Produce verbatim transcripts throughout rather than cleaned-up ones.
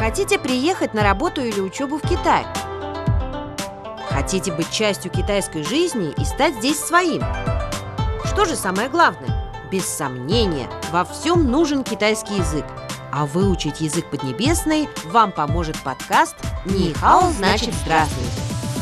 Хотите приехать на работу или учебу в Китай? Хотите быть частью китайской жизни и стать здесь своим? Что же самое главное? Без сомнения, во всем нужен китайский язык. А выучить язык поднебесный вам поможет подкаст «Ни хао, значит здравствуйте».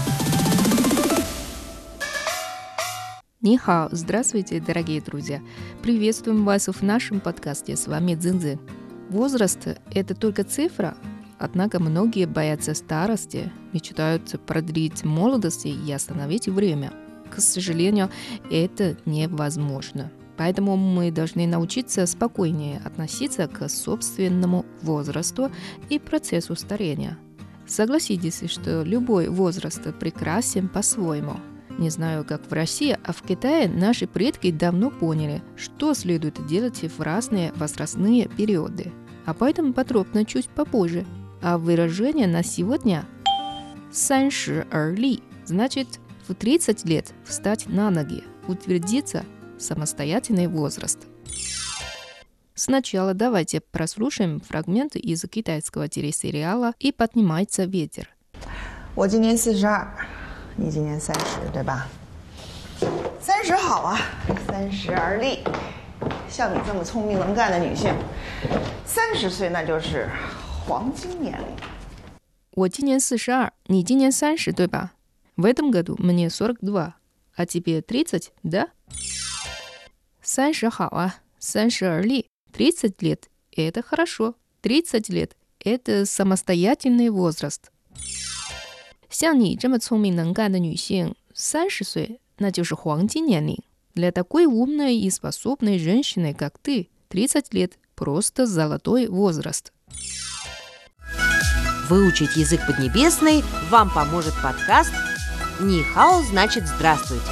Ни хао, здравствуйте, дорогие друзья! Приветствуем вас в нашем подкасте, с вами Цзиньцзинь. Возраст – это только цифра, однако многие боятся старости, мечтают продлить молодость и остановить время. К сожалению, это невозможно. Поэтому мы должны научиться спокойнее относиться к собственному возрасту и процессу старения. Согласитесь, что любой возраст прекрасен по-своему. Не знаю, как в России, а в Китае наши предки давно поняли, что следует делать в разные возрастные периоды. Об этом подробно чуть попозже. А выражение на сегодня «сан ши эр ли» значит в тридцать лет встать на ноги, утвердиться самостоятельный возраст. Сначала давайте прослушаем фрагменты из китайского телесериала «И поднимается ветер». 我今年四十二，你今年三十，对吧？三十好啊，三十而立。像你这么聪明能干的女性，三十岁那就是黄金年龄。 我今年四十二，你今年三十，对吧？В этом году мне сорок два, а тебе тридцать, да? 三十好啊，三十而立。тридцать лет – это хорошо. тридцать лет – это самостоятельный возраст. 像你这么聪明能干的女性，三十岁那就是黄金年龄。Для такой умной и способной женщины, как ты, тридцать лет – просто золотой возраст. Выучить язык поднебесный вам поможет подкаст «Ни хао, значит здравствуйте».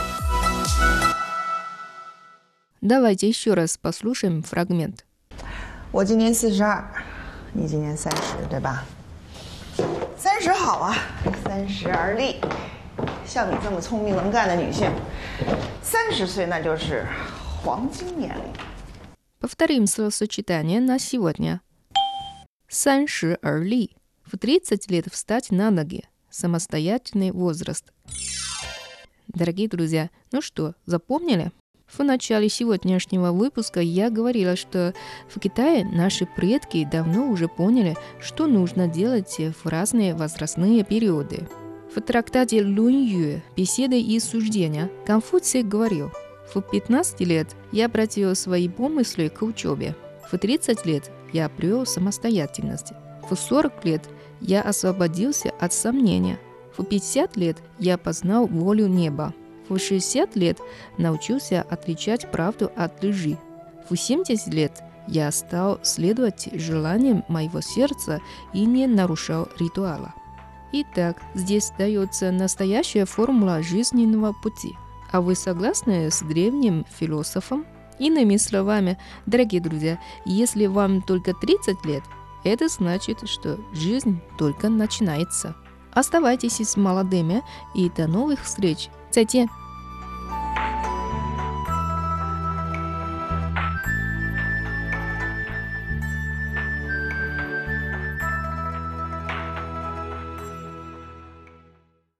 Давайте еще раз послушаем фрагмент. 我今年四十二，你今年三十，对吧？三十好啊，三十而立。像你这么聪明能干的女性，三十岁那就是黄金年龄。 Повторим словосочетание на сегодня. 三十而立. В тридцать лет встать на ноги. Самостоятельный возраст. Дорогие друзья, ну что, запомнили? В начале сегодняшнего выпуска я говорила, что в Китае наши предки давно уже поняли, что нужно делать в разные возрастные периоды. В трактате Лунь-Ю «Беседы и суждения» Конфуций говорил: в пятнадцать лет я обратил свои помыслы к учебе, в тридцать лет я обрел самостоятельность, в сорок лет я освободился от сомнения, в пятьдесят лет я познал волю неба, в шестьдесят лет научился отличать правду от лжи, в семьдесят лет я стал следовать желаниям моего сердца и не нарушал ритуала. Итак, здесь дается настоящая формула жизненного пути. А вы согласны с древним философом? Иными словами, дорогие друзья, если вам только тридцать лет, это значит, что жизнь только начинается. Оставайтесь с молодыми и до новых встреч. 再见!